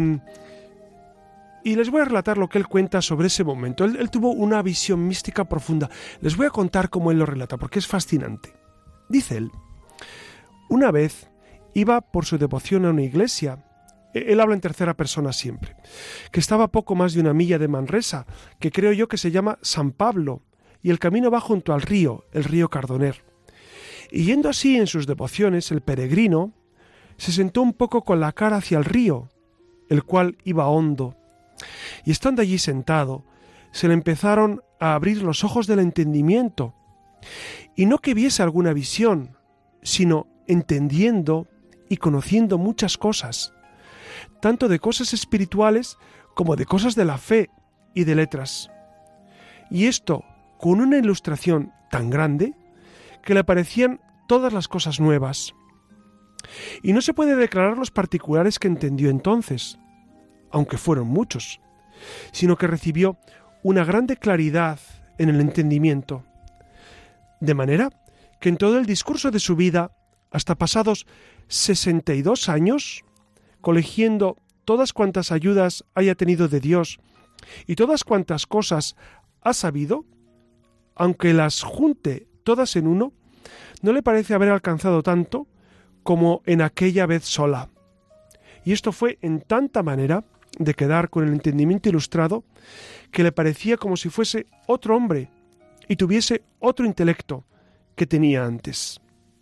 les voy a relatar lo que él cuenta sobre ese momento. Él tuvo una visión mística profunda. Les voy a contar cómo él lo relata, porque es fascinante. Dice él, una vez iba por su devoción a una iglesia. Él habla en tercera persona siempre, que estaba a poco más de una milla de Manresa, que creo yo que se llama San Pablo, y el camino va junto al río, el río Cardoner. Y yendo así en sus devociones, el peregrino se sentó un poco con la cara hacia el río, el cual iba hondo. Y estando allí sentado, se le empezaron a abrir los ojos del entendimiento, y no que viese alguna visión, sino entendiendo y conociendo muchas cosas, tanto de cosas espirituales como de cosas de la fe y de letras. Y esto con una ilustración tan grande que le parecían todas las cosas nuevas. Y no se puede declarar los particulares que entendió entonces, aunque fueron muchos, sino que recibió una grande claridad en el entendimiento, de manera que en todo el discurso de su vida, hasta pasados 62 años, colegiendo todas cuantas ayudas haya tenido de Dios y todas cuantas cosas ha sabido, aunque las junte todas en uno, no le parece haber alcanzado tanto como en aquella vez sola. Y esto fue en tanta manera de quedar con el entendimiento ilustrado que le parecía como si fuese otro hombre y tuviese otro intelecto que tenía antes.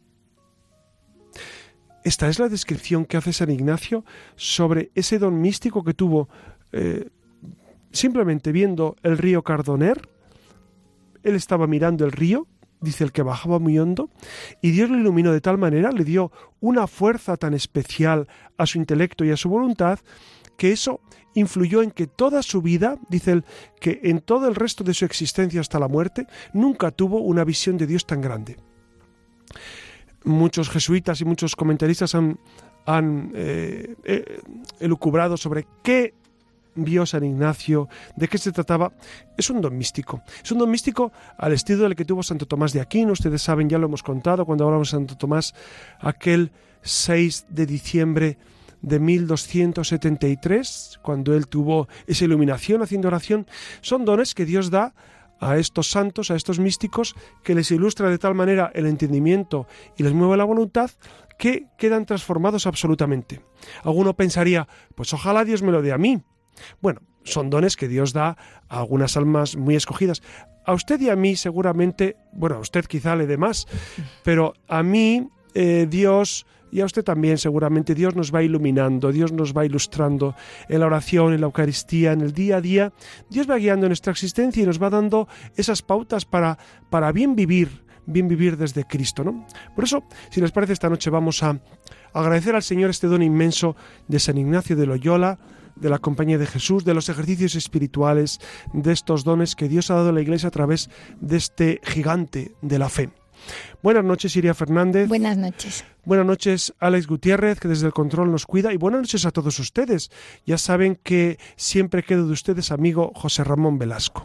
Esta es la descripción que hace San Ignacio sobre ese don místico que tuvo simplemente viendo el río Cardoner. Él estaba mirando el río, dice el que bajaba muy hondo, y Dios le iluminó de tal manera, le dio una fuerza tan especial a su intelecto y a su voluntad, que eso influyó en que toda su vida, dice él, que en todo el resto de su existencia hasta la muerte, nunca tuvo una visión de Dios tan grande. Muchos jesuitas y muchos comentaristas han elucubrado sobre qué vio San Ignacio, de qué se trataba. Es un don místico. Es un don místico al estilo del que tuvo Santo Tomás de Aquino. Ustedes saben, ya lo hemos contado cuando hablamos de Santo Tomás, aquel 6 de diciembre de 1273, cuando él tuvo esa iluminación haciendo oración. Son dones que Dios da a estos santos, a estos místicos, que les ilustra de tal manera el entendimiento y les mueve la voluntad, que quedan transformados absolutamente. Alguno pensaría, pues ojalá Dios me lo dé a mí. Bueno, son dones que Dios da a algunas almas muy escogidas. A usted y a mí seguramente, bueno, a usted quizá le dé más, pero a mí Dios, y a usted también seguramente, Dios nos va iluminando, Dios nos va ilustrando en la oración, en la Eucaristía, en el día a día. Dios va guiando nuestra existencia y nos va dando esas pautas para bien vivir desde Cristo, ¿no? Por eso, si les parece, esta noche vamos a agradecer al Señor este don inmenso de San Ignacio de Loyola, de la Compañía de Jesús, de los ejercicios espirituales, de estos dones que Dios ha dado a la Iglesia a través de este gigante de la fe. Buenas noches, Iria Fernández. Buenas noches. Buenas noches, Alex Gutiérrez, que desde el control nos cuida. Y buenas noches a todos ustedes. Ya saben que siempre quedo de ustedes amigo José Ramón Velasco.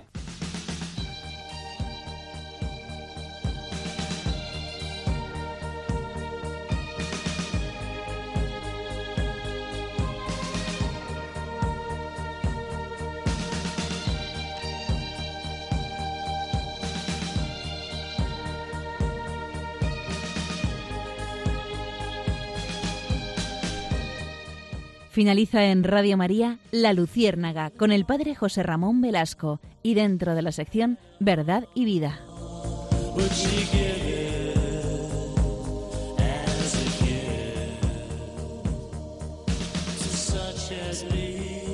Finaliza en Radio María La Luciérnaga con el Padre José Ramón Velasco y dentro de la sección Verdad y Vida. Such as me.